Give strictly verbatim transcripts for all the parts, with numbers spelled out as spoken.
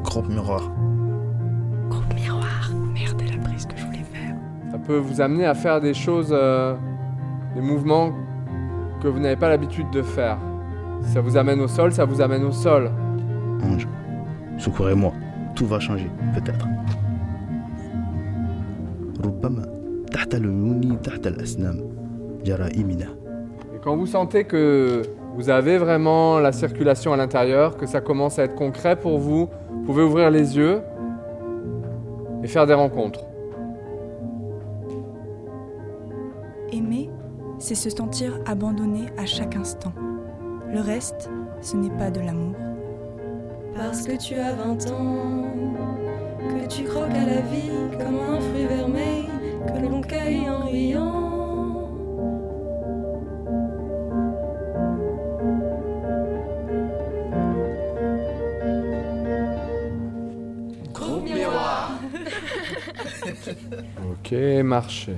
Groupe Miroir. Groupe Miroir. Merde, la prise que je voulais faire. Ça peut vous amener à faire des choses, euh, des mouvements que vous n'avez pas l'habitude de faire. Si ça vous amène au sol, ça vous amène au sol. Ange, secourez-moi. Tout va changer, peut-être. ربما تحت العيون تحت الأسنان جرائمنا. Et quand vous sentez que vous avez vraiment la circulation à l'intérieur, que ça commence à être concret pour vous, vous pouvez ouvrir les yeux et faire des rencontres. Aimer, c'est se sentir abandonné à chaque instant. Le reste, ce n'est pas de l'amour. Parce que tu as vingt ans, que tu croques à la vie comme un fruit vermeil que l'on cueille en riant. Groupe Miroir. Ok, marchez.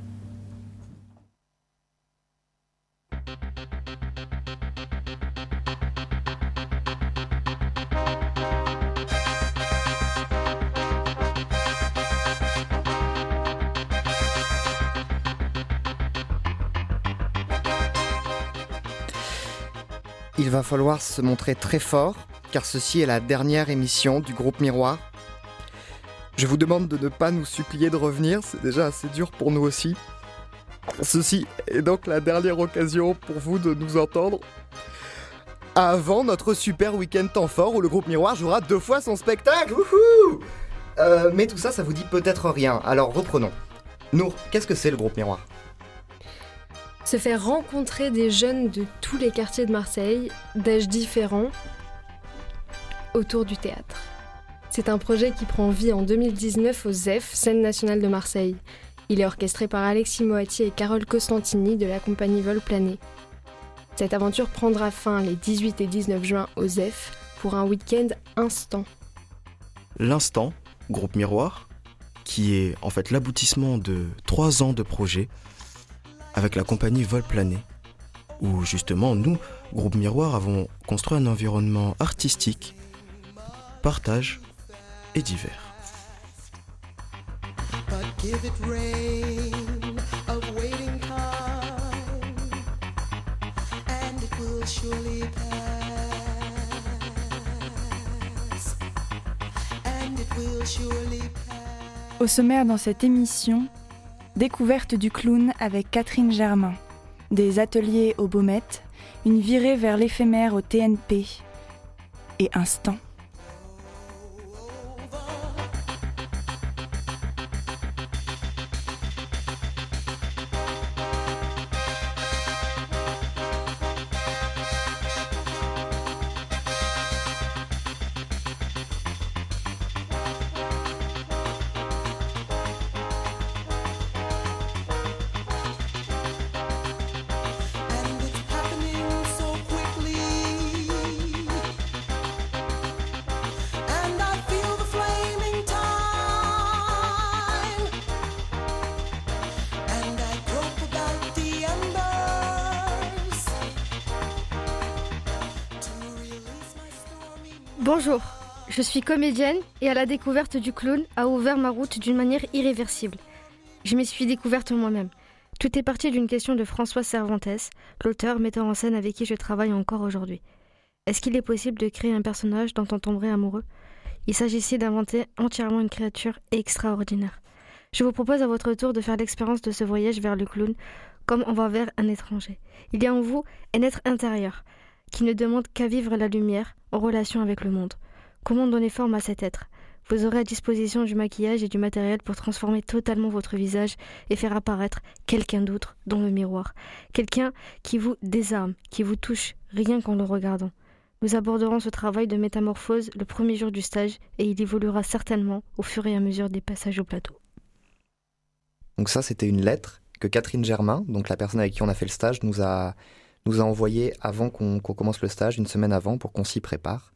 Il va falloir se montrer très fort, car ceci est la dernière émission du groupe Miroir. Je vous demande de ne pas nous supplier de revenir, c'est déjà assez dur pour nous aussi. Ceci est donc la dernière occasion pour vous de nous entendre avant notre super week-end temps fort où le groupe Miroir jouera deux fois son spectacle. Wouhou euh, mais tout ça, ça vous dit peut-être rien, alors reprenons. Nour, qu'est-ce que c'est le groupe Miroir ? Se faire rencontrer des jeunes de tous les quartiers de Marseille, d'âges différents, autour du théâtre. C'est un projet qui prend vie en deux mille dix-neuf au Z E F, Scène nationale de Marseille. Il est orchestré par Alexis Moati et Carole Costantini de la compagnie Vol Plané. Cette aventure prendra fin les dix-huit et dix-neuf juin au Z E F pour un week-end instant. L'instant, groupe Miroir, qui est en fait l'aboutissement de trois ans de projet avec la compagnie Vol Plané, où justement nous, groupe Miroir, avons construit un environnement artistique, partage et divers. But give it rain of waiting time, and it will surely pass, and it will surely pass. Au sommaire dans cette émission, découverte du clown avec Catherine Germain, des ateliers au Baumette, une virée vers l'éphémère au T N P et Instant. Bonjour, je suis comédienne et à la découverte du clown a ouvert ma route d'une manière irréversible. Je m'y suis découverte moi-même. Tout est parti d'une question de François Cervantes, l'auteur, metteur en scène avec qui je travaille encore aujourd'hui. Est-ce qu'il est possible de créer un personnage dont on tomberait amoureux ? Il s'agissait d'inventer entièrement une créature extraordinaire. Je vous propose à votre tour de faire l'expérience de ce voyage vers le clown, comme on va vers un étranger. Il y a en vous un être intérieur, qui ne demande qu'à vivre la lumière en relation avec le monde. Comment donner forme à cet être ? Vous aurez à disposition du maquillage et du matériel pour transformer totalement votre visage et faire apparaître quelqu'un d'autre dans le miroir. Quelqu'un qui vous désarme, qui vous touche, rien qu'en le regardant. Nous aborderons ce travail de métamorphose le premier jour du stage et il évoluera certainement au fur et à mesure des passages au plateau. Donc ça, c'était une lettre que Catherine Germain, donc la personne avec qui on a fait le stage, nous a... nous a envoyé avant qu'on, qu'on commence le stage, une semaine avant, pour qu'on s'y prépare.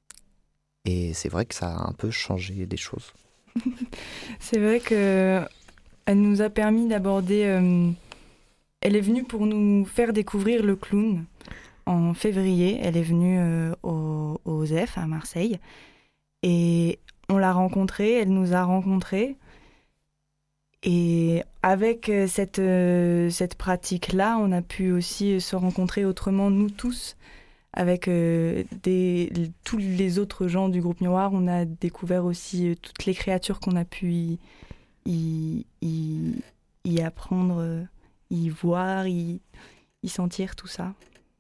Et c'est vrai que ça a un peu changé des choses. C'est vrai qu'elle nous a permis d'aborder... Euh, elle est venue pour nous faire découvrir le clown en février. Elle est venue euh, au, au Z E F à Marseille. Et on l'a rencontrée, elle nous a rencontrés. Et avec cette, euh, cette pratique-là, on a pu aussi se rencontrer autrement, nous tous, avec euh, des, tous les autres gens du groupe Miroir. On a découvert aussi euh, toutes les créatures qu'on a pu y, y, y, y apprendre, euh, y voir, y, y sentir, tout ça.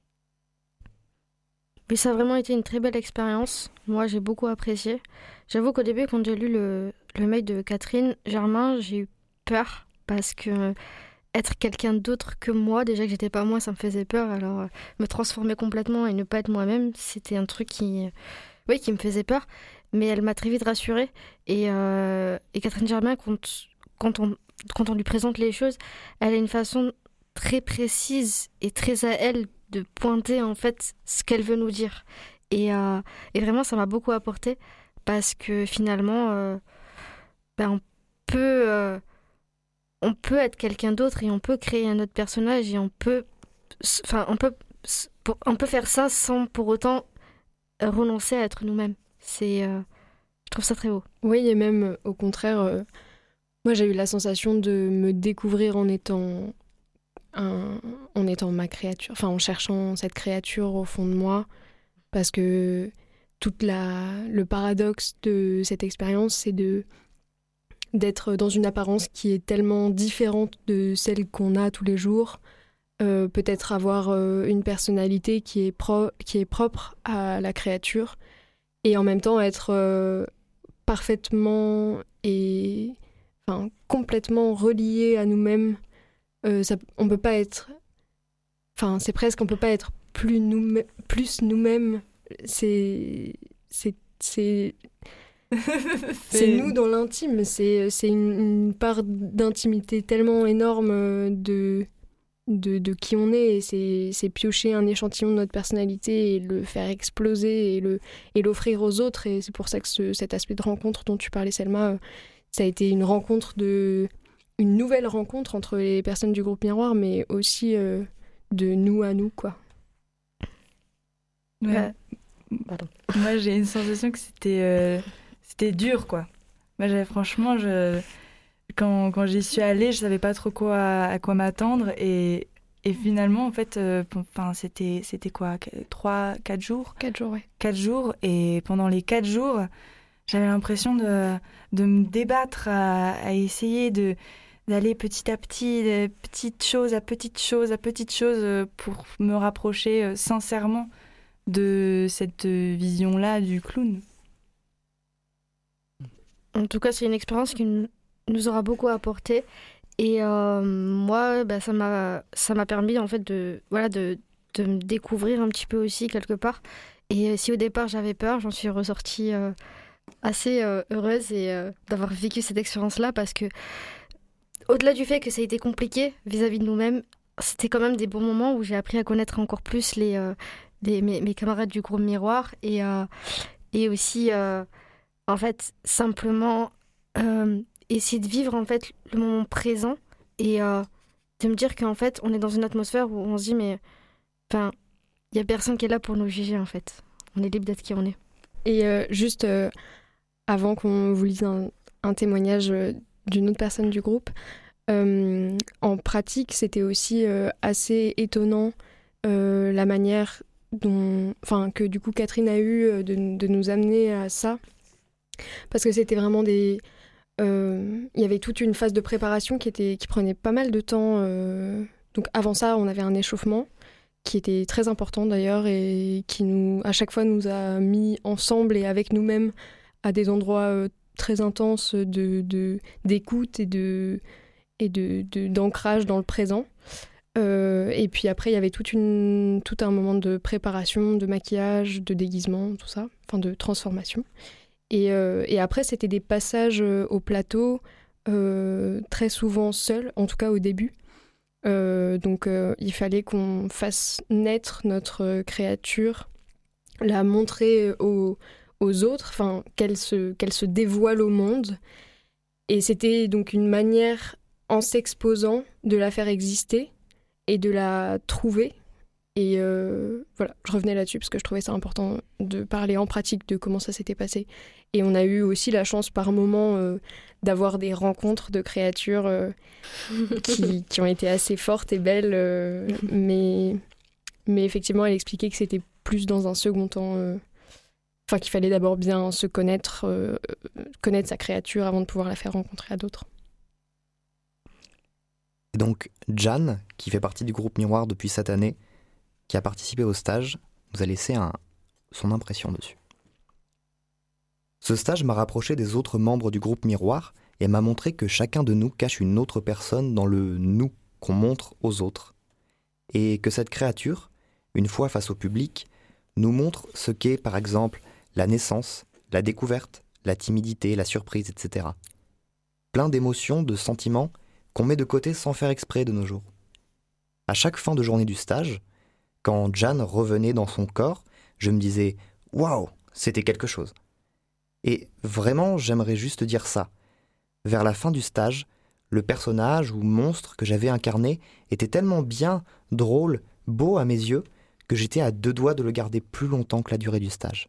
Mais ça a vraiment été une très belle expérience. Moi, j'ai beaucoup apprécié. J'avoue qu'au début, quand j'ai lu le, le mail de Catherine Germain, j'ai eu peur parce que être quelqu'un d'autre que moi, déjà que j'étais pas moi, ça me faisait peur. Alors, euh, me transformer complètement et ne pas être moi-même, c'était un truc qui, euh, oui, qui me faisait peur. Mais elle m'a très vite rassurée. Et, euh, et Catherine Germain, quand, quand, on, quand on lui présente les choses, elle a une façon très précise et très à elle de pointer en fait ce qu'elle veut nous dire. Et, euh, et vraiment, ça m'a beaucoup apporté parce que finalement, euh, ben, on peut... Euh, on peut être quelqu'un d'autre et on peut créer un autre personnage et on peut, enfin, on peut, on peut faire ça sans pour autant renoncer à être nous-mêmes. C'est, euh, je trouve ça très beau. Oui, et même euh, au contraire, euh, moi j'ai eu la sensation de me découvrir en étant, un, en étant ma créature, enfin en cherchant cette créature au fond de moi, parce que toute la, le paradoxe de cette expérience, c'est de d'être dans une apparence qui est tellement différente de celle qu'on a tous les jours, euh, peut-être avoir euh, une personnalité qui est, pro- qui est propre à la créature, et en même temps être euh, parfaitement et enfin, complètement relié à nous-mêmes. Euh, ça, on peut pas être... Enfin, c'est presque, on peut pas être plus, nous, plus nous-mêmes. C'est... c'est, c'est c'est nous dans l'intime, c'est, c'est une, une part d'intimité tellement énorme de, de, de qui on est, et c'est, c'est piocher un échantillon de notre personnalité et le faire exploser et, le, et l'offrir aux autres, et c'est pour ça que ce, cet aspect de rencontre dont tu parlais, Selma, ça a été une rencontre de, une nouvelle rencontre entre les personnes du groupe Miroir, mais aussi euh, de nous à nous, quoi. Ouais. Euh, pardon. Moi, j'ai une sensation que c'était... Euh... C'était dur, quoi. Moi, j'avais, franchement, je... quand, quand j'y suis allée, je savais pas trop quoi, à quoi m'attendre. Et, et finalement, en fait, euh, enfin, c'était, c'était quoi, trois, quatre jours Quatre jours, oui. Quatre jours. Et pendant les quatre jours, j'avais l'impression de, de me débattre, à, à essayer de, d'aller petit à petit, de petite chose à petite chose à petite chose, pour me rapprocher euh, sincèrement de cette vision-là du clown. En tout cas, c'est une expérience qui nous aura beaucoup apporté. Et euh, moi, bah, ça m'a, ça m'a permis en fait de, voilà, de, de me découvrir un petit peu aussi quelque part. Et si au départ j'avais peur, j'en suis ressortie euh, assez euh, heureuse et, euh, d'avoir vécu cette expérience-là, parce que au-delà du fait que ça a été compliqué vis-à-vis de nous-mêmes, c'était quand même des bons moments où j'ai appris à connaître encore plus les, euh, les, mes, mes camarades du groupe Miroir, et, euh, et aussi... Euh, en fait, simplement euh, essayer de vivre en fait le moment présent, et euh, de me dire qu'en fait, on est dans une atmosphère où on se dit, mais enfin, il y a personne qui est là pour nous juger, en fait. On est libre d'être qui on est. Et euh, juste euh, avant qu'on vous lise un, un témoignage euh, d'une autre personne du groupe, euh, en pratique, c'était aussi euh, assez étonnant euh, la manière dont, enfin, que du coup Catherine a eu de, de nous amener à ça. Parce que c'était vraiment des... Euh, il y avait toute une phase de préparation qui, était, qui prenait pas mal de temps. Euh, donc avant ça, on avait un échauffement qui était très important d'ailleurs, et qui nous, à chaque fois nous a mis ensemble et avec nous-mêmes à des endroits euh, très intenses de, de, d'écoute et, de, et de, de, d'ancrage dans le présent. Euh, et puis après, il y avait toute une, tout un moment de préparation, de maquillage, de déguisement, tout ça, enfin de transformation. Et, euh, et après, c'était des passages euh, au plateau, euh, très souvent seuls, en tout cas au début. Euh, donc euh, il fallait qu'on fasse naître notre créature, la montrer aux, aux autres, enfin, qu'elle se, qu'elle se dévoile au monde. Et c'était donc une manière, en s'exposant, de la faire exister et de la trouver. Et euh, voilà, je revenais là-dessus parce que je trouvais ça important de parler en pratique de comment ça s'était passé. Et on a eu aussi la chance par moment euh, d'avoir des rencontres de créatures euh, qui, qui ont été assez fortes et belles. Euh, mais, mais effectivement, elle expliquait que c'était plus dans un second temps. Euh, enfin, qu'il fallait d'abord bien se connaître, euh, connaître sa créature avant de pouvoir la faire rencontrer à d'autres. Et donc, Jeanne, qui fait partie du groupe Miroir depuis cette année, qui a participé au stage, nous a laissé un, son impression dessus. Ce stage m'a rapproché des autres membres du groupe Miroir et m'a montré que chacun de nous cache une autre personne dans le « nous » qu'on montre aux autres. Et que cette créature, une fois face au public, nous montre ce qu'est, par exemple, la naissance, la découverte, la timidité, la surprise, et cetera. Plein d'émotions, de sentiments qu'on met de côté sans faire exprès de nos jours. À chaque fin de journée du stage, quand Jeanne revenait dans son corps, je me disais « Waouh, c'était quelque chose !» Et vraiment, j'aimerais juste dire ça. Vers la fin du stage, le personnage ou monstre que j'avais incarné était tellement bien, drôle, beau à mes yeux, que j'étais à deux doigts de le garder plus longtemps que la durée du stage.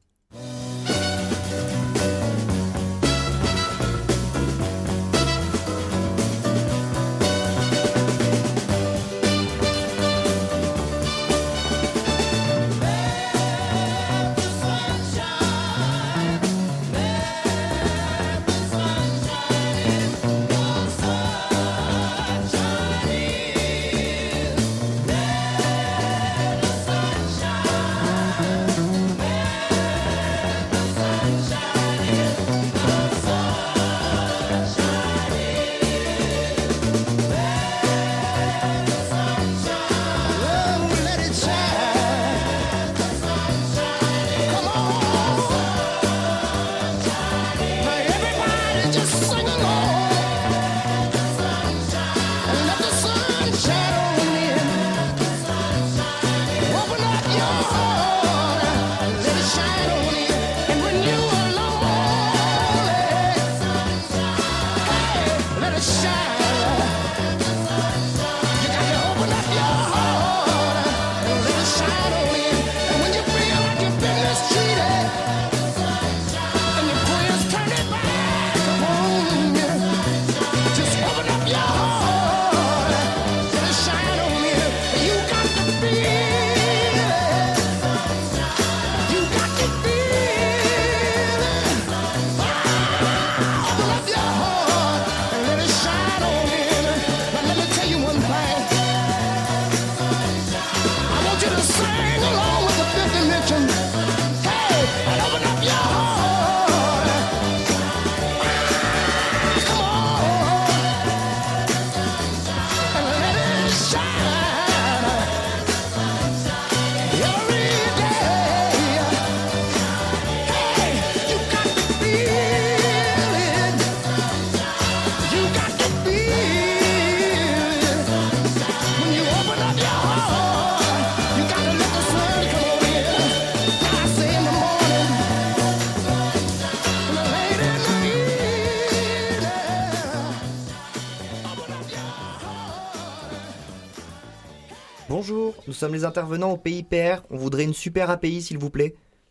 Bonjour, nous sommes les intervenants au P I P R. On voudrait une super A P I, s'il vous plaît.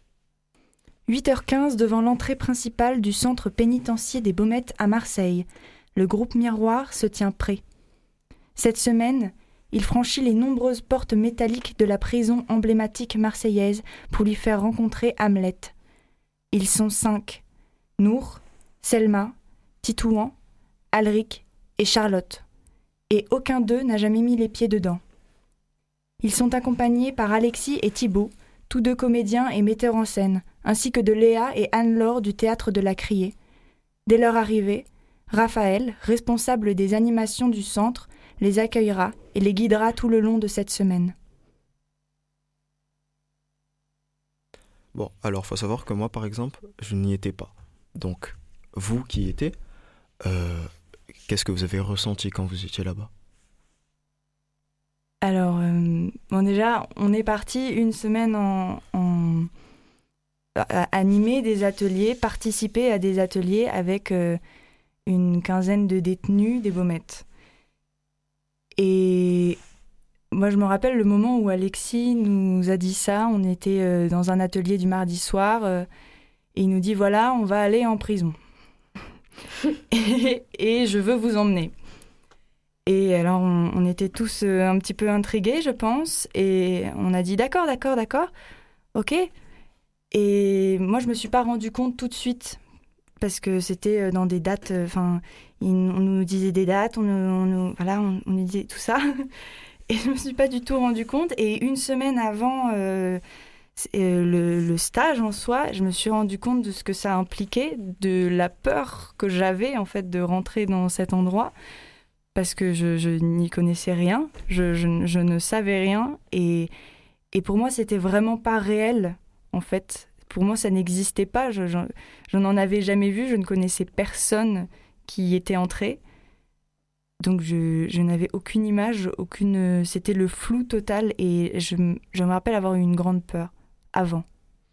huit heures quinze devant l'entrée principale du centre pénitentiaire des Baumettes à Marseille. Le groupe Miroir se tient prêt. Cette semaine, il franchit les nombreuses portes métalliques de la prison emblématique marseillaise pour lui faire rencontrer Hamlet. Ils sont cinq. Nour, Selma, Titouan, Alric et Charlotte. Et aucun d'eux n'a jamais mis les pieds dedans. Ils sont accompagnés par Alexis et Thibaut, tous deux comédiens et metteurs en scène, ainsi que de Léa et Anne-Laure du théâtre de la Criée. Dès leur arrivée, Raphaël, responsable des animations du centre, les accueillera et les guidera tout le long de cette semaine. Bon, alors faut savoir que moi, par exemple, je n'y étais pas. Donc, vous qui y étiez, euh, qu'est-ce que vous avez ressenti quand vous étiez là-bas ? Alors, euh, bon déjà, on est parti une semaine en, en à animer des ateliers, participer à des ateliers avec euh, une quinzaine de détenus des Baumettes. Et moi, je me rappelle le moment où Alexis nous a dit ça. On était euh, dans un atelier du mardi soir euh, et il nous dit, voilà, on va aller en prison. et, et je veux vous emmener. Et alors, on, on était tous euh, un petit peu intrigués, je pense. Et on a dit, d'accord, d'accord, d'accord, ok. Et moi, je me suis pas rendu compte tout de suite. Parce que c'était dans des dates... Enfin, euh, on nous disait des dates, on, on, on, voilà, on, on nous disait tout ça. Et je me suis pas du tout rendu compte. Et une semaine avant euh, le, le stage en soi, je me suis rendu compte de ce que ça impliquait, de la peur que j'avais, en fait, de rentrer dans cet endroit. Parce que je, je n'y connaissais rien, je, je, je ne savais rien, et, et pour moi, c'était vraiment pas réel, en fait. Pour moi, ça n'existait pas, je, je, je n'en avais jamais vu, je ne connaissais personne qui y était entré. Donc, je, je n'avais aucune image, aucune... C'était le flou total, et je, je me rappelle avoir eu une grande peur, avant.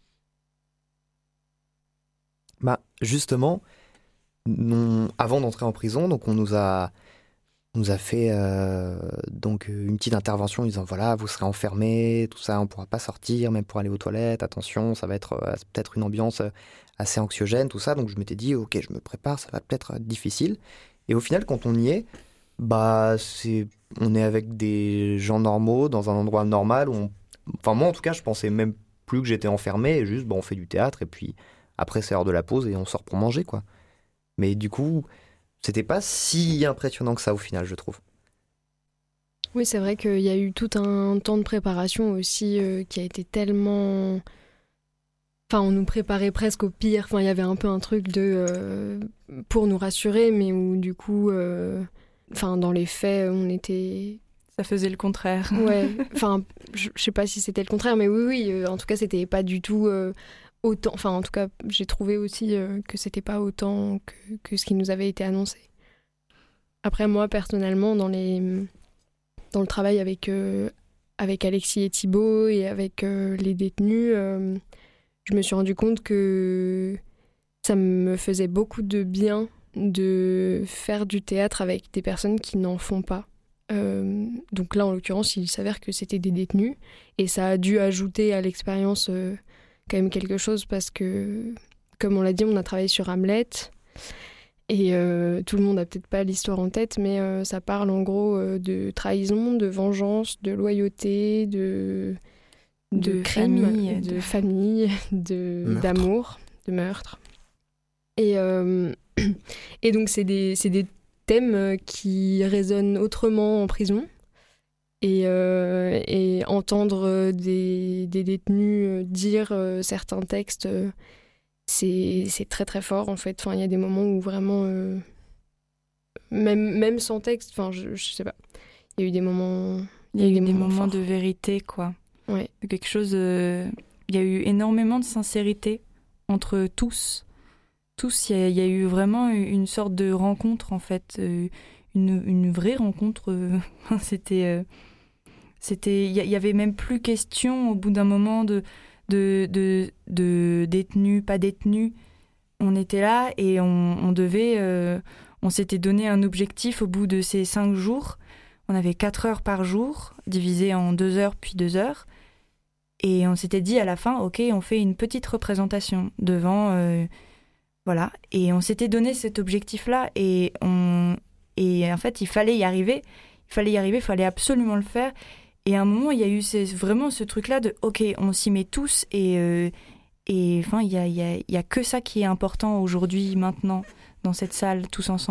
Bah, justement, non, avant d'entrer en prison, donc on nous a... On nous a fait euh, donc une petite intervention en disant voilà, vous serez enfermés, tout ça, on ne pourra pas sortir, même pour aller aux toilettes, attention, ça va être euh, peut-être une ambiance assez anxiogène, tout ça. Donc je m'étais dit ok, je me prépare, ça va peut-être être difficile. Et au final, quand on y est, bah, c'est, on est avec des gens normaux, dans un endroit normal. Où on... Enfin, moi en tout cas, je pensais même plus que j'étais enfermé, et juste bah, on fait du théâtre, et puis après c'est l'heure de la pause et on sort pour manger, quoi. Mais du coup... C'était pas si impressionnant que ça au final, je trouve. Oui, c'est vrai qu'il y a eu tout un temps de préparation aussi euh, qui a été tellement... Enfin, on nous préparait presque au pire. Enfin, il y avait un peu un truc de... Euh, pour nous rassurer, mais où du coup... Euh, enfin, dans les faits, on était... Ça faisait le contraire. Ouais, enfin, je sais pas si c'était le contraire, mais oui, oui. Euh, en tout cas, c'était pas du tout... Euh, autant, enfin en tout cas j'ai trouvé aussi euh, que c'était pas autant que, que ce qui nous avait été annoncé. Après moi personnellement dans, les, dans le travail avec, euh, avec Alexis et Thibaut et avec euh, les détenus, euh, je me suis rendu compte que ça me faisait beaucoup de bien de faire du théâtre avec des personnes qui n'en font pas. Euh, donc là en l'occurrence il s'avère que c'était des détenus et ça a dû ajouter à l'expérience euh, quand même quelque chose parce que, comme on l'a dit, on a travaillé sur Hamlet et euh, tout le monde n'a peut-être pas l'histoire en tête, mais euh, ça parle en gros euh, de trahison, de vengeance, de loyauté, de, de, de crime, famille, de, de... famille, de, Meurtre. d'amour, de meurtre. Et, euh, et donc c'est des, c'est des thèmes qui résonnent autrement en prison. Et, euh, et entendre des, des détenus dire euh, certains textes, euh, c'est, c'est très très fort en fait. Enfin, il y a des moments où vraiment, euh, même, même sans texte, enfin, je, je sais pas, il y a eu des moments... Il y a eu des, des moments, moments de vérité, quoi. Ouais. Quelque chose... Euh, il y a eu énormément de sincérité entre tous. Tous, il y a, il y a eu vraiment une sorte de rencontre, en fait. Euh, une, une vraie rencontre. Euh, c'était... Euh, C'était, il y avait même plus question au bout d'un moment de, de, de, de détenus, pas détenus. On était là et on, on devait, euh, on s'était donné un objectif au bout de ces cinq jours. On avait quatre heures par jour, divisées en deux heures puis deux heures. Et on s'était dit à la fin, ok, on fait une petite représentation devant, euh, voilà. Et on s'était donné cet objectif-là et on, et en fait, il fallait y arriver. Il fallait y arriver, il fallait absolument le faire. Et à un moment, il y a eu ces, vraiment ce truc-là de « Ok, on s'y met tous et euh, et enfin, il y a, y, a, y a que ça qui est important aujourd'hui, maintenant, dans cette salle, tous ensemble. »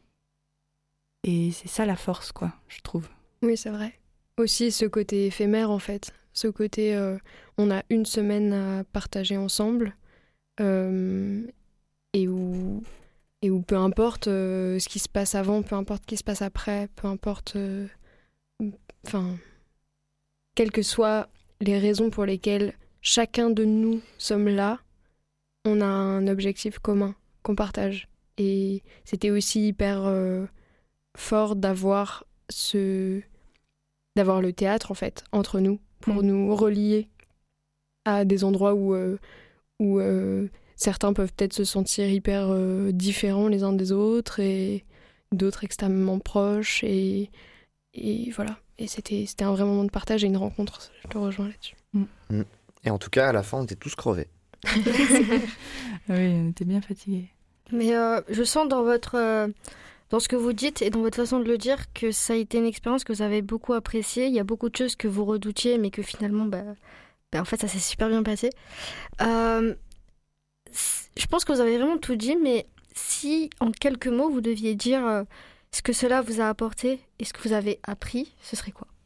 Et c'est ça la force, quoi, je trouve. Oui, c'est vrai. Aussi ce côté éphémère, en fait. Ce côté, euh, on a une semaine à partager ensemble euh, et, où, et où peu importe euh, ce qui se passe avant, peu importe ce qui se passe après, peu importe... Enfin... Euh, quelles que soient les raisons pour lesquelles chacun de nous sommes là, on a un objectif commun qu'on partage. Et c'était aussi hyper euh, fort d'avoir ce, d'avoir le théâtre en fait entre nous pour mmh. nous relier à des endroits où euh, où euh, certains peuvent peut-être se sentir hyper euh, différents les uns des autres et d'autres extrêmement proches et et voilà. et c'était, c'était un vrai moment de partage et une rencontre, je te rejoins là-dessus. Mm. Et en tout cas, à la fin, on était tous crevés. Oui, on était bien fatigués. Mais euh, je sens dans votre, euh, dans ce que vous dites et dans votre façon de le dire que ça a été une expérience que vous avez beaucoup appréciée. Il y a beaucoup de choses que vous redoutiez, mais que finalement, bah, bah, en fait, ça s'est super bien passé. Euh, je pense que vous avez vraiment tout dit, mais si en quelques mots vous deviez dire euh, ce que cela vous a apporté et ce que vous avez appris, ce serait quoi?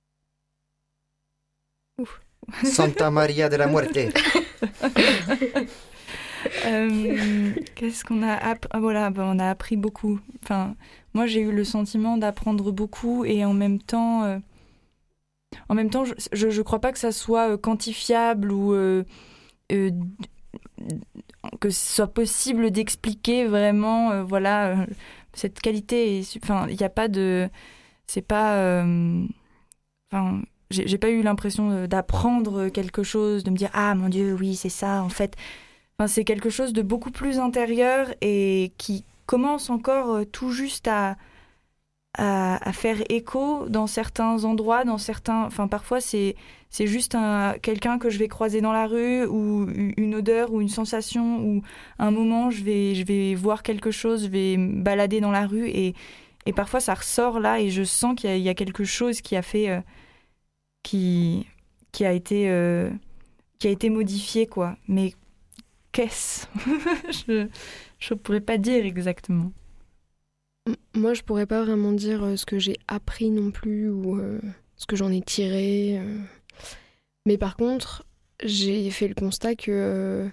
Ouf. Santa Maria de la Muerte. Euh, qu'est-ce qu'on a appris? Ah, voilà, bah, on a appris beaucoup. Enfin, moi, j'ai eu le sentiment d'apprendre beaucoup et en même temps, euh, en même temps, je, je, je crois pas que ça soit euh, quantifiable ou euh, euh, que ce soit possible d'expliquer vraiment, euh, voilà, euh, cette qualité. Enfin, il n'y a pas de, c'est pas, enfin. Euh, J'ai, j'ai pas eu l'impression d'apprendre quelque chose, de me dire « Ah, mon Dieu, oui, c'est ça, en fait ». Enfin, c'est quelque chose de beaucoup plus intérieur et qui commence encore tout juste à, à, à faire écho dans certains endroits, dans certains... Enfin, parfois, c'est, c'est juste un, quelqu'un que je vais croiser dans la rue ou une odeur ou une sensation ou un moment, je vais, je vais voir quelque chose, je vais me balader dans la rue et, et parfois, ça ressort là et je sens qu'il y a, il y a quelque chose qui a fait... Euh, Qui, qui, a été, euh, qui a été modifié, quoi. Mais qu'est-ce? Je ne pourrais pas dire exactement. Moi, je pourrais pas vraiment dire ce que j'ai appris non plus ou euh, ce que j'en ai tiré. Euh. Mais par contre, j'ai fait le constat que, euh,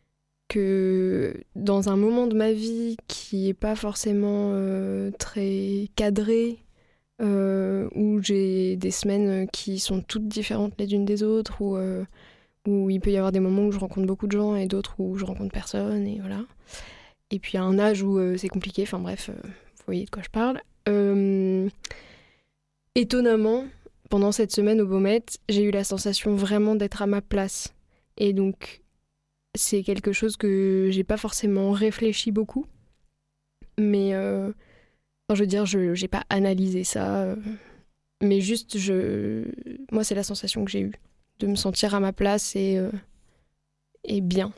que dans un moment de ma vie qui n'est pas forcément euh, très cadré, Euh, où j'ai des semaines qui sont toutes différentes les unes des autres, où, euh, où il peut y avoir des moments où je rencontre beaucoup de gens et d'autres où je rencontre personne, et voilà. Et puis à un âge où euh, c'est compliqué, enfin bref, euh, vous voyez de quoi je parle. Euh, étonnamment, pendant cette semaine au Baumette, j'ai eu la sensation vraiment d'être à ma place. Et donc, c'est quelque chose que j'ai pas forcément réfléchi beaucoup, mais... Euh, Enfin, je veux dire, je n'ai pas analysé ça, euh, mais juste, je, moi, c'est la sensation que j'ai eue, de me sentir à ma place et, euh, et bien.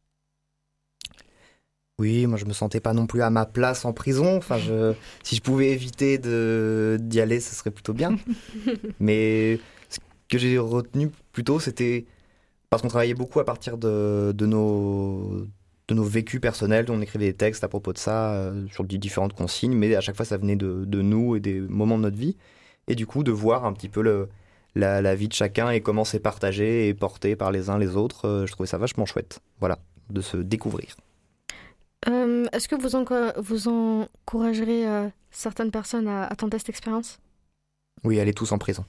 Oui, moi je me sentais pas non plus à ma place en prison. Enfin, je, si je pouvais éviter de, d'y aller, ce serait plutôt bien. Mais ce que j'ai retenu plutôt, c'était parce qu'on travaillait beaucoup à partir de, de nos... de nos vécus personnels, on écrivait des textes à propos de ça, euh, sur différentes consignes, mais à chaque fois ça venait de, de nous et des moments de notre vie, et du coup de voir un petit peu le, la, la vie de chacun et comment c'est partagé et porté par les uns les autres, euh, je trouvais ça vachement chouette, voilà, de se découvrir. Euh, est-ce que vous, enco- vous encouragerez euh, certaines personnes à, à tenter cette expérience? Oui, allez tous en prison.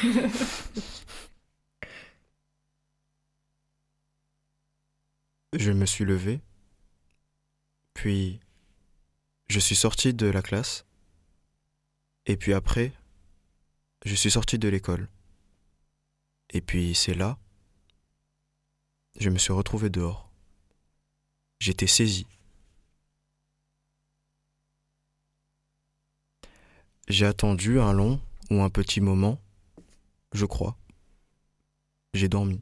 Je me suis levé, puis je suis sorti de la classe, et puis après, je suis sorti de l'école. Et puis c'est là, je me suis retrouvé dehors. J'étais saisi. J'ai attendu un long ou un petit moment, je crois. J'ai dormi.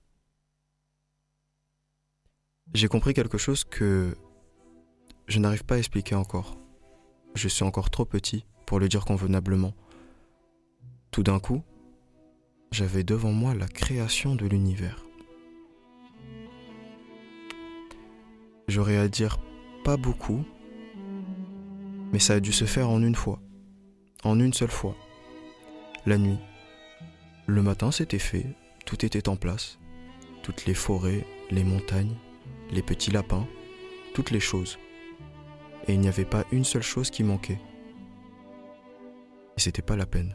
J'ai compris quelque chose que je n'arrive pas à expliquer encore. Je suis encore trop petit pour le dire convenablement. Tout d'un coup, j'avais devant moi la création de l'univers. J'aurais à dire pas beaucoup, mais ça a dû se faire en une fois, en une seule fois. La nuit. Le matin, c'était fait, tout était en place. Toutes les forêts, les montagnes, les petits lapins, toutes les choses. Et il n'y avait pas une seule chose qui manquait. Et c'était pas la peine.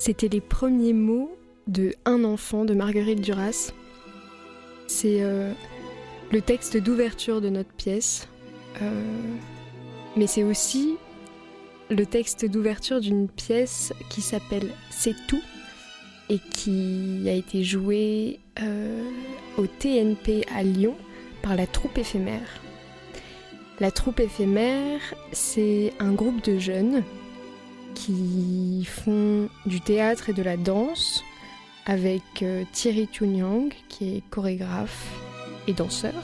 C'était les premiers mots de Un enfant de Marguerite Duras. C'est euh, le texte d'ouverture de notre pièce, euh, mais c'est aussi le texte d'ouverture d'une pièce qui s'appelle C'est tout et qui a été jouée euh, au T N P à Lyon par la troupe éphémère. La troupe éphémère, c'est un groupe de jeunes qui font du théâtre et de la danse avec euh, Thierry Tunyang, qui est chorégraphe et danseur,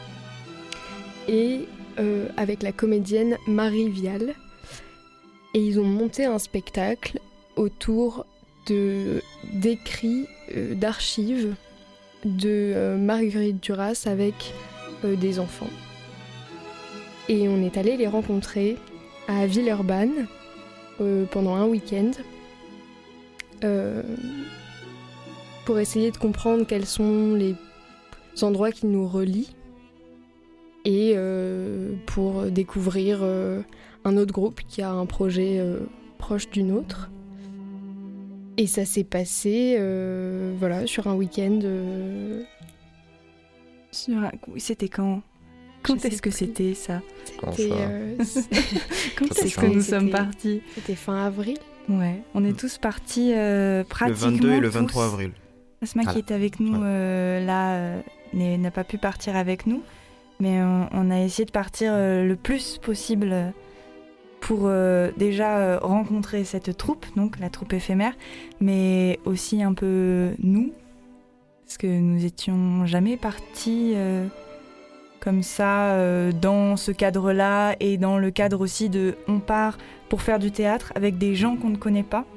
et euh, avec la comédienne Marie Vial. Et ils ont monté un spectacle autour de, d'écrits, euh, d'archives de euh, Marguerite Duras avec euh, des enfants. Et on est allé les rencontrer à Villeurbanne euh, pendant un week-end euh, pour essayer de comprendre quels sont les endroits qui nous relient et euh, pour découvrir euh, un autre groupe qui a un projet euh, proche du nôtre. Et ça s'est passé euh, voilà, sur un week-end. Euh... Sur un... C'était quand Quand Je est-ce sais que plus. c'était ça C'était, euh, c'est- Quand Ça, est-ce c'est que nous c'était- sommes partis C'était fin avril. Ouais, on est tous partis euh, Le pratiquement vingt-deux et le tous. vingt-trois avril. Asma Voilà. qui est avec nous Ouais. euh, là euh, n'est- n'a pas pu partir avec nous, mais on, on a essayé de partir euh, le plus possible euh, pour euh, déjà euh, rencontrer cette troupe, donc la troupe éphémère, mais aussi un peu nous, parce que nous étions jamais partis euh, comme ça euh, dans ce cadre-là et dans le cadre aussi de on part pour faire du théâtre avec des gens qu'on ne connaît pas.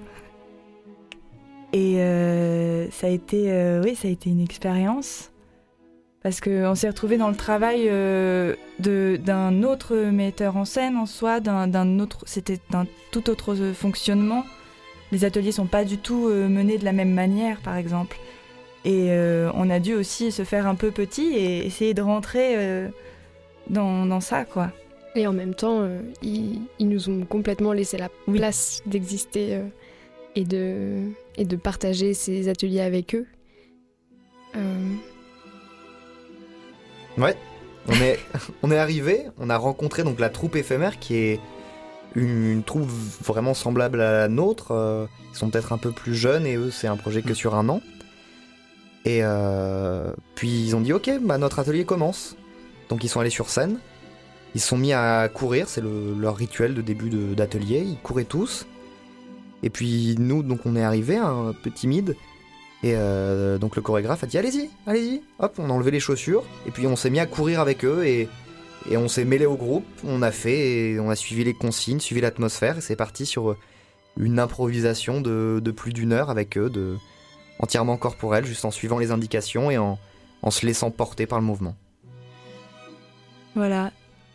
Et euh, ça a été, euh, oui, ça a été une expérience parce qu'on s'est retrouvés dans le travail euh, de, d'un autre metteur en scène en soi, d'un, d'un autre, c'était d'un tout autre fonctionnement. Les ateliers sont pas du tout euh, menés de la même manière, par exemple. Et euh, on a dû aussi se faire un peu petit et essayer de rentrer euh, dans, dans ça, quoi. Et en même temps, euh, ils, ils nous ont complètement laissé la Oui. place d'exister euh, et, de, et de partager ces ateliers avec eux. Euh, Ouais, on est, on est arrivé, on a rencontré donc la troupe éphémère qui est une, une troupe vraiment semblable à la nôtre. euh, ils sont peut-être un peu plus jeunes et eux c'est un projet que sur un an. Et euh, puis ils ont dit ok, bah, notre atelier commence. Donc ils sont allés sur scène, ils se sont mis à courir, c'est le- leur rituel de début de- d'atelier, ils couraient tous. Et puis nous donc on est arrivés un peu timides. Et euh, donc le chorégraphe a dit allez-y, allez-y, hop, on a enlevé les chaussures et puis on s'est mis à courir avec eux et, et on s'est mêlé au groupe, on a fait, et on a suivi les consignes, suivi l'atmosphère et c'est parti sur une improvisation de, de plus d'une heure avec eux, de, entièrement corporelle, juste en suivant les indications et en, en se laissant porter par le mouvement. Voilà.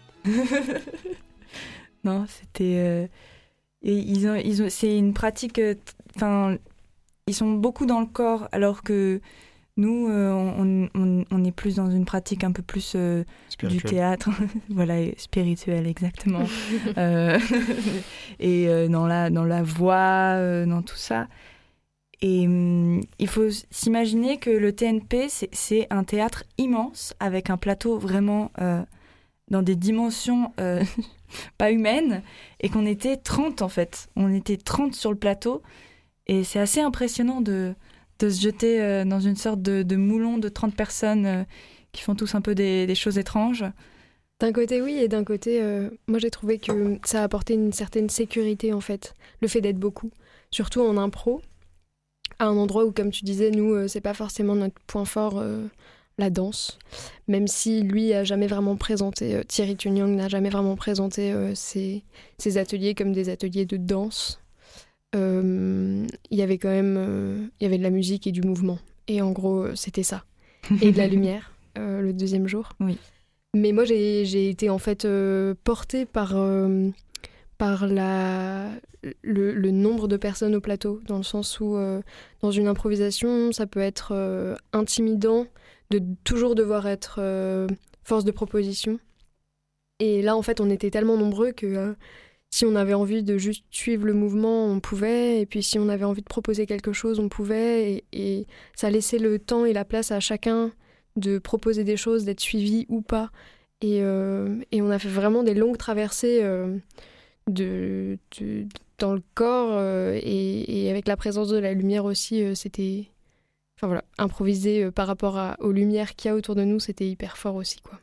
Non, c'était. euh, et ils ont, ils ont, c'est une pratique. Enfin, ils sont beaucoup dans le corps, alors que nous, euh, on, on, on est plus dans une pratique un peu plus euh, du théâtre, voilà, et spirituel exactement, Euh, et euh, dans la dans la voix, euh, dans tout ça. Et hum, il faut s'imaginer que le T N P, c'est, c'est un théâtre immense avec un plateau vraiment euh, dans des dimensions euh, pas humaines, et qu'on était trente en fait. On était trente sur le plateau, et c'est assez impressionnant de, de se jeter euh, dans une sorte de, de moulon de trente personnes euh, qui font tous un peu des, des choses étranges. D'un côté, oui, et d'un côté, euh, moi j'ai trouvé que ça a apporté une certaine sécurité en fait, le fait d'être beaucoup, surtout en impro, à un endroit où, comme tu disais, nous, euh, c'est pas forcément notre point fort, euh, la danse, même si lui a jamais vraiment présenté, euh, Thierry Tunyang n'a jamais vraiment présenté euh, ses, ses ateliers comme des ateliers de danse. Euh, Il y avait quand même, euh, il y avait de la musique et du mouvement, et en gros, euh, c'était ça, et de la lumière, euh, le deuxième jour. Oui. Mais moi, j'ai, j'ai été en fait euh, portée par, euh, par la, le, le nombre de personnes au plateau, dans le sens où, euh, dans une improvisation, ça peut être euh, intimidant de toujours devoir être euh, force de proposition. Et là, en fait, on était tellement nombreux que euh, si on avait envie de juste suivre le mouvement, on pouvait. Et puis si on avait envie de proposer quelque chose, on pouvait. Et, et ça laissait le temps et la place à chacun de proposer des choses, d'être suivi ou pas. Et, euh, et on a fait vraiment des longues traversées euh, de, de, dans le corps. Euh, et, et avec la présence de la lumière aussi, euh, c'était... Enfin voilà, improviser euh, par rapport à, aux lumières qu'il y a autour de nous, c'était hyper fort aussi, quoi.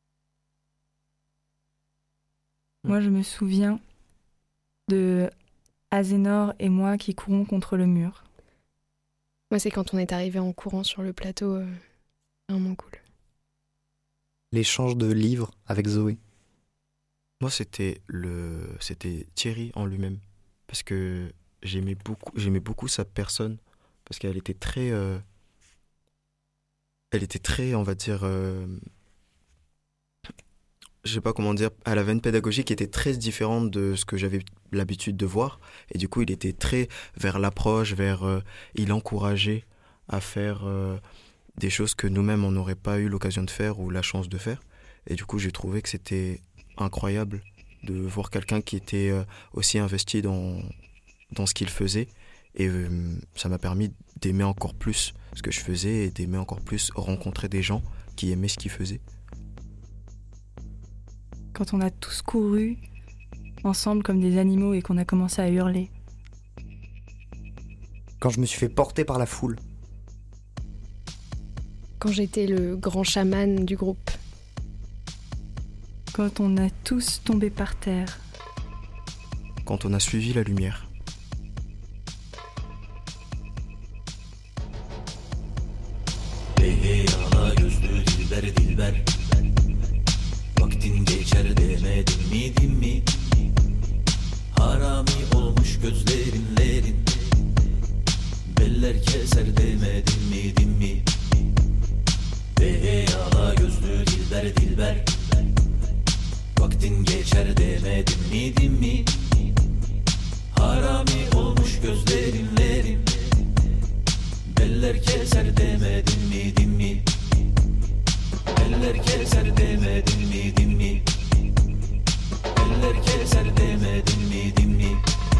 Moi, je me souviens de Azénor et moi qui courons contre le mur. Moi, c'est quand on est arrivé en courant sur le plateau, euh, vraiment cool. L'échange de livres avec Zoé. Moi, c'était, le... c'était Thierry en lui-même. Parce que j'aimais beaucoup, j'aimais beaucoup sa personne. Parce qu'elle était très... Euh... Elle était très, on va dire... Euh... Je sais pas comment dire, elle avait une pédagogie qui était très différente de ce que j'avais l'habitude de voir. Et du coup, il était très vers l'approche, vers... Euh, il encourageait à faire euh, des choses que nous-mêmes, on n'aurait pas eu l'occasion de faire ou la chance de faire. Et du coup, j'ai trouvé que c'était incroyable de voir quelqu'un qui était euh, aussi investi dans, dans ce qu'il faisait. Et euh, ça m'a permis d'aimer encore plus ce que je faisais et d'aimer encore plus rencontrer des gens qui aimaient ce qu'ils faisaient. Quand on a tous couru ensemble comme des animaux et qu'on a commencé à hurler. Quand je me suis fait porter par la foule. Quand j'étais le grand chaman du groupe. Quand on a tous tombé par terre. Quand on a suivi la lumière. Hey ala gözlü dilber dilber Vaktin geçer demedin mi din mi Harami olmuş gözlerinlerin Beller keser demedin mi din mi Hey ala gözlü dilber dilber Vaktin geçer demedin mi din mi Harami olmuş gözlerinlerin Beller keser demedin mi din mi Beller keser demedin mi din mi Beller keser demedin mi din mi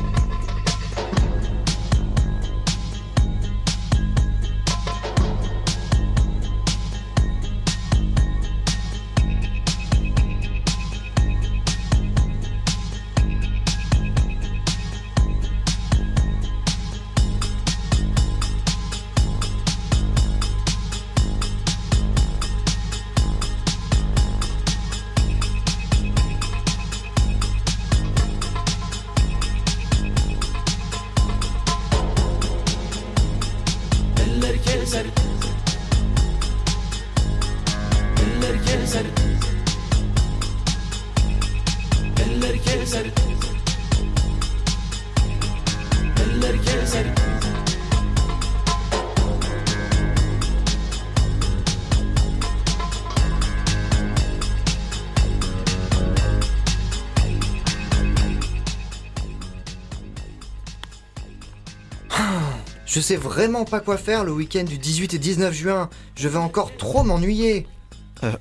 Je sais vraiment pas quoi faire le week-end du dix-huit et dix-neuf juin. Je vais encore trop m'ennuyer. Euh...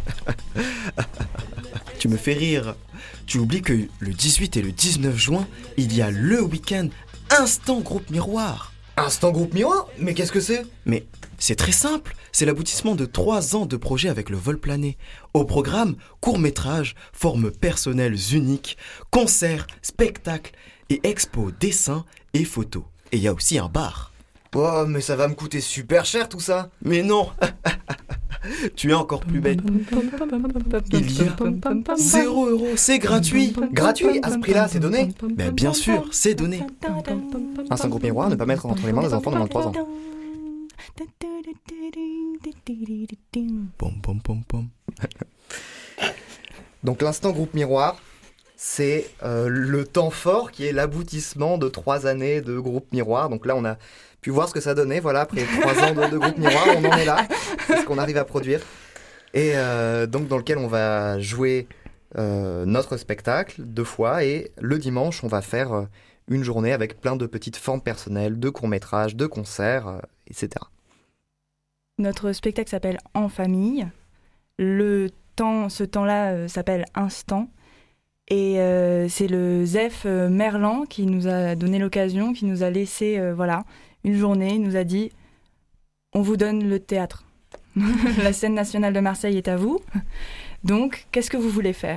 tu me fais rire. Tu oublies que le dix-huit et le dix-neuf juin, il y a le week-end Instant Groupe Miroir. Instant Groupe Miroir ? Mais qu'est-ce que c'est ? Mais c'est très simple. C'est l'aboutissement de trois ans de projet avec le Vol Plané. Au programme, courts-métrages, formes personnelles uniques, concerts, spectacles et expos dessins et photos. Et il y a aussi un bar. Oh, mais ça va me coûter super cher tout ça. Mais non. Tu es encore plus bête. Il y a zéro euro, c'est gratuit. Gratuit à ce prix-là, c'est donné. Ben bien sûr, c'est donné. Instant Groupe Miroir, ne pas mettre entre les mains des enfants de moins de trois ans. Pom, pom, pom, pom. Donc l'instant Groupe Miroir, c'est euh, le temps fort qui est l'aboutissement de trois années de Groupe Miroir. Donc là, on a pu voir ce que ça donnait. Voilà, après trois ans de, de Groupe Miroir, on en est là. C'est ce qu'on arrive à produire. Et euh, donc dans lequel on va jouer euh, notre spectacle deux fois. Et le dimanche, on va faire euh, une journée avec plein de petites formes personnelles, de courts-métrages, de concerts, euh, et cetera. Notre spectacle s'appelle En famille. Le temps, ce temps-là euh, s'appelle Instant. Et euh, c'est le Zef euh, Merlan qui nous a donné l'occasion, qui nous a laissé euh, voilà, une journée, il nous a dit « On vous donne le théâtre. La scène nationale de Marseille est à vous. Donc, qu'est-ce que vous voulez faire ?»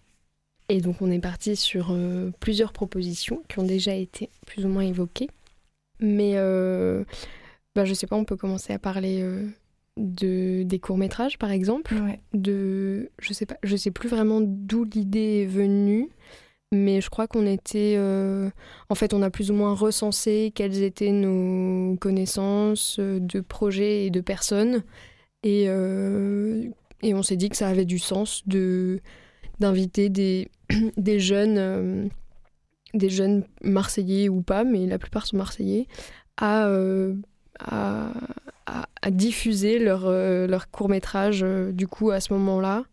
Et donc on est parti sur euh, plusieurs propositions qui ont déjà été plus ou moins évoquées. Mais euh, bah, je sais pas, on peut commencer à parler euh, de, des courts-métrages par exemple. Ouais. De, je sais pas, je sais plus vraiment d'où l'idée est venue, mais je crois qu'on était... Euh, en fait, on a plus ou moins recensé quelles étaient nos connaissances euh, de projets et de personnes. Et, euh, et on s'est dit que ça avait du sens de, d'inviter des, des jeunes... Euh, des jeunes marseillais ou pas, mais la plupart sont marseillais, à, euh, à, à, à diffuser leur, euh, leur court-métrage euh, du coup à ce moment-là.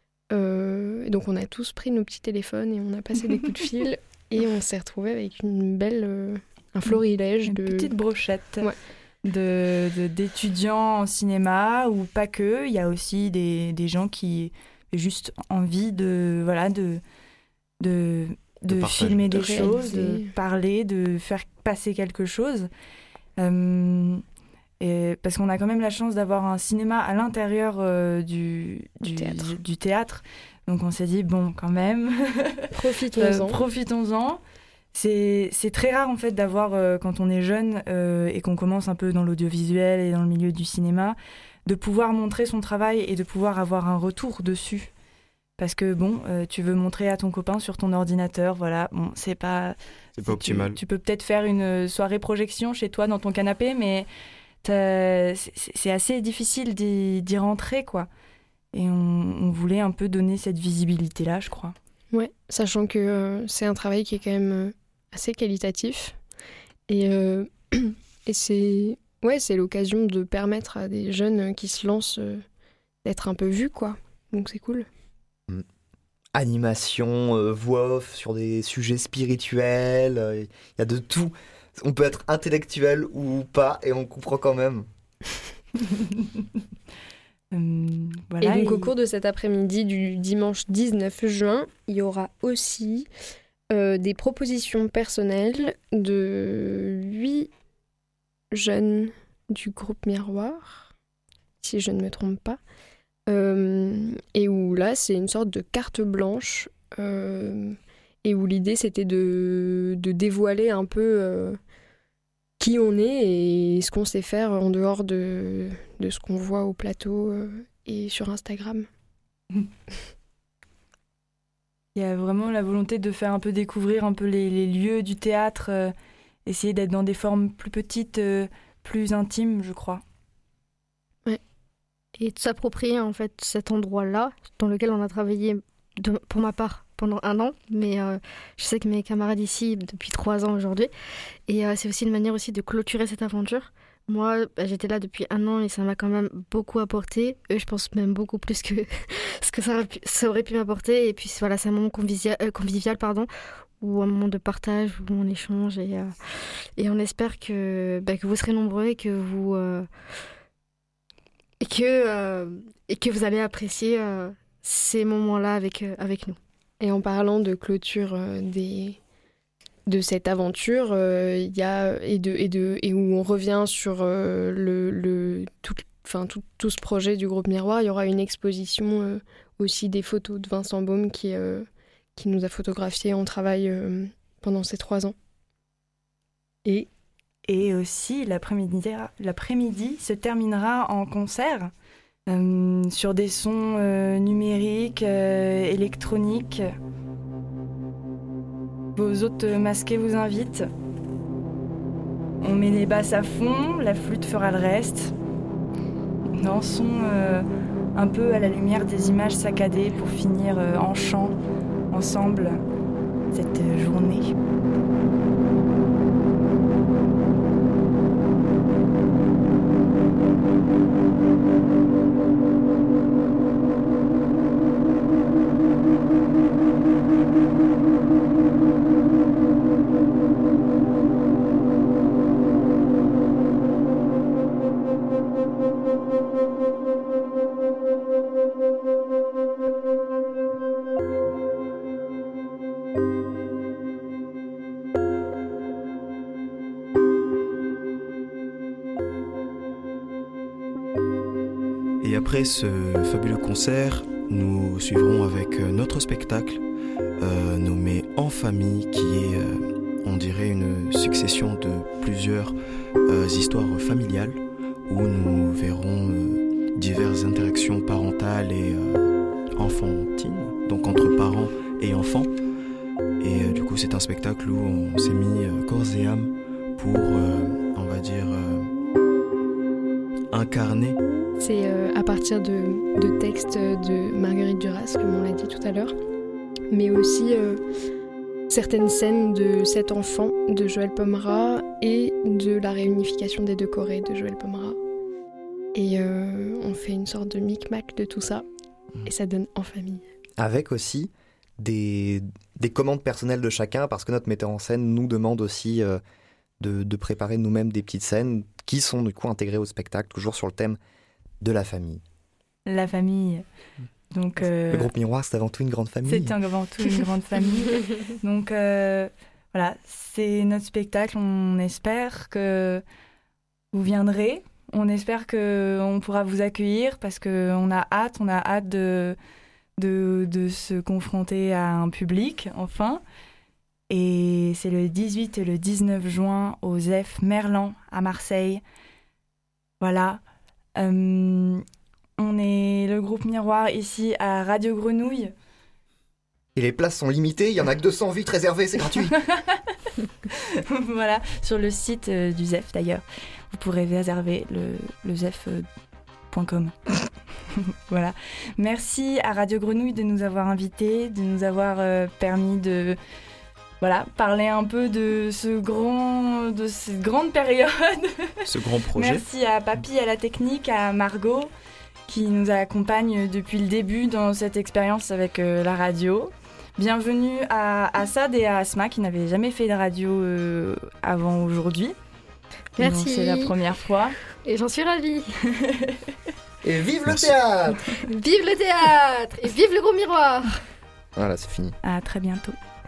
Euh, donc on a tous pris nos petits téléphones et on a passé des coups de fil et on s'est retrouvés avec une belle, euh, un florilège une de... petite brochette ouais. de, de, d'étudiants en cinéma ou pas que. Il y a aussi des, des gens qui ont juste envie de... Voilà, de, de de, de filmer des de choses, de parler, de faire passer quelque chose. Euh, et parce qu'on a quand même la chance d'avoir un cinéma à l'intérieur euh, du, du, théâtre. Du, du théâtre. Donc on s'est dit, bon, quand même, profitons-en. euh, profitons-en. C'est, c'est très rare en fait d'avoir, euh, quand on est jeune euh, et qu'on commence un peu dans l'audiovisuel et dans le milieu du cinéma, de pouvoir montrer son travail et de pouvoir avoir un retour dessus. Parce que bon, euh, tu veux montrer à ton copain sur ton ordinateur, voilà, bon, c'est pas... C'est pas optimal. Tu, tu peux peut-être faire une soirée projection chez toi dans ton canapé, mais c'est, c'est assez difficile d'y, d'y rentrer, quoi. Et on, on voulait un peu donner cette visibilité-là, je crois. Ouais, sachant que euh, c'est un travail qui est quand même euh, assez qualitatif. Et, euh, et c'est, ouais, c'est l'occasion de permettre à des jeunes qui se lancent euh, d'être un peu vus, quoi. Donc c'est cool. Animation, euh, voix off sur des sujets spirituels, il euh, y a de tout. On peut être intellectuel ou pas et on comprend quand même. hum, voilà, et donc et... au cours de cet après-midi du dimanche dix-neuf juin, il y aura aussi euh, des propositions personnelles de huit jeunes du groupe Miroir, si je ne me trompe pas. Euh, et où là c'est une sorte de carte blanche euh, et où l'idée c'était de, de dévoiler un peu euh, qui on est et ce qu'on sait faire en dehors de, de ce qu'on voit au plateau euh, et sur Instagram. Il y a vraiment la volonté de faire un peu découvrir un peu les, les lieux du théâtre, euh, essayer d'être dans des formes plus petites, euh, plus intimes, je crois. Et de s'approprier en fait cet endroit-là dans lequel on a travaillé de, pour ma part pendant un an, mais euh, je sais que mes camarades ici depuis trois ans aujourd'hui, et euh, c'est aussi une manière aussi de clôturer cette aventure. Moi, bah, j'étais là depuis un an et ça m'a quand même beaucoup apporté. Eux, je pense même beaucoup plus que ce que ça aurait pu, ça aurait pu m'apporter. Et puis voilà, c'est un moment convivial, euh, convivial pardon, ou un moment de partage où on échange et, euh, et on espère que, bah, que vous serez nombreux et que vous euh, et que euh, et que vous allez apprécier euh, ces moments-là avec euh, avec nous. Et en parlant de clôture euh, des de cette aventure, il euh, y a et de et de et où on revient sur euh, le le tout enfin tout, tout ce projet du groupe Miroir, il y aura une exposition euh, aussi des photos de Vincent Baume qui euh, qui nous a photographié en travail euh, pendant ces trois ans. Et et aussi l'après-midi l'après-midi se terminera en concert euh, sur des sons euh, numériques, euh, électroniques. Vos hôtes masqués vous invitent. On met les basses à fond, la flûte fera le reste. Dansons euh, un peu à la lumière des images saccadées pour finir euh, en chant ensemble cette journée. après ce fabuleux concert, nous suivrons avec notre spectacle euh, nommé En famille, qui est, euh, on dirait, une succession de plusieurs euh, histoires familiales où nous verrons euh, diverses interactions parentales et euh, enfantines, donc entre parents et enfants. Et euh, du coup, c'est un spectacle où on s'est mis euh, corps et âme pour, euh, on va dire, euh, incarner. C'est euh, à partir de, de textes de Marguerite Duras, comme on l'a dit tout à l'heure, mais aussi euh, certaines scènes de Cet enfant de Joël Pomera et de la réunification des deux Corées de Joël Pomera. Et euh, on fait une sorte de micmac de tout ça, et ça donne En famille. Avec aussi des, des commandes personnelles de chacun, parce que notre metteur en scène nous demande aussi euh, de, de préparer nous-mêmes des petites scènes qui sont du coup intégrées au spectacle, toujours sur le thème de la famille. La famille. Donc, euh, le groupe Miroir, c'est avant tout une grande famille. C'est avant tout une grande famille. Donc euh, voilà, c'est notre spectacle. On espère que vous viendrez. On espère qu'on pourra vous accueillir parce qu'on a hâte, on a hâte de, de, de se confronter à un public, enfin. Et c'est le dix-huit et le dix-neuf juin au Zef Merlan à Marseille. Voilà. Euh, on est le groupe Miroir ici à Radio Grenouille. Et les places sont limitées, il y en a que deux cent huit réservées, c'est gratuit. Voilà, sur le site euh, du Zef d'ailleurs. Vous pourrez réserver le, le zef point com. Voilà. Merci à Radio Grenouille de nous avoir invités, de nous avoir euh, permis de voilà, parler un peu de, ce grand, de cette grande période. Ce grand projet. Merci à Papy, à la technique, à Margot, qui nous accompagne depuis le début dans cette expérience avec euh, la radio. Bienvenue à Assad et à Asma, qui n'avaient jamais fait de radio euh, avant aujourd'hui. Merci. Donc, c'est la première fois. Et j'en suis ravie. Et vive Merci. le théâtre! Vive le théâtre et vive le gros miroir. Voilà, c'est fini. À très bientôt.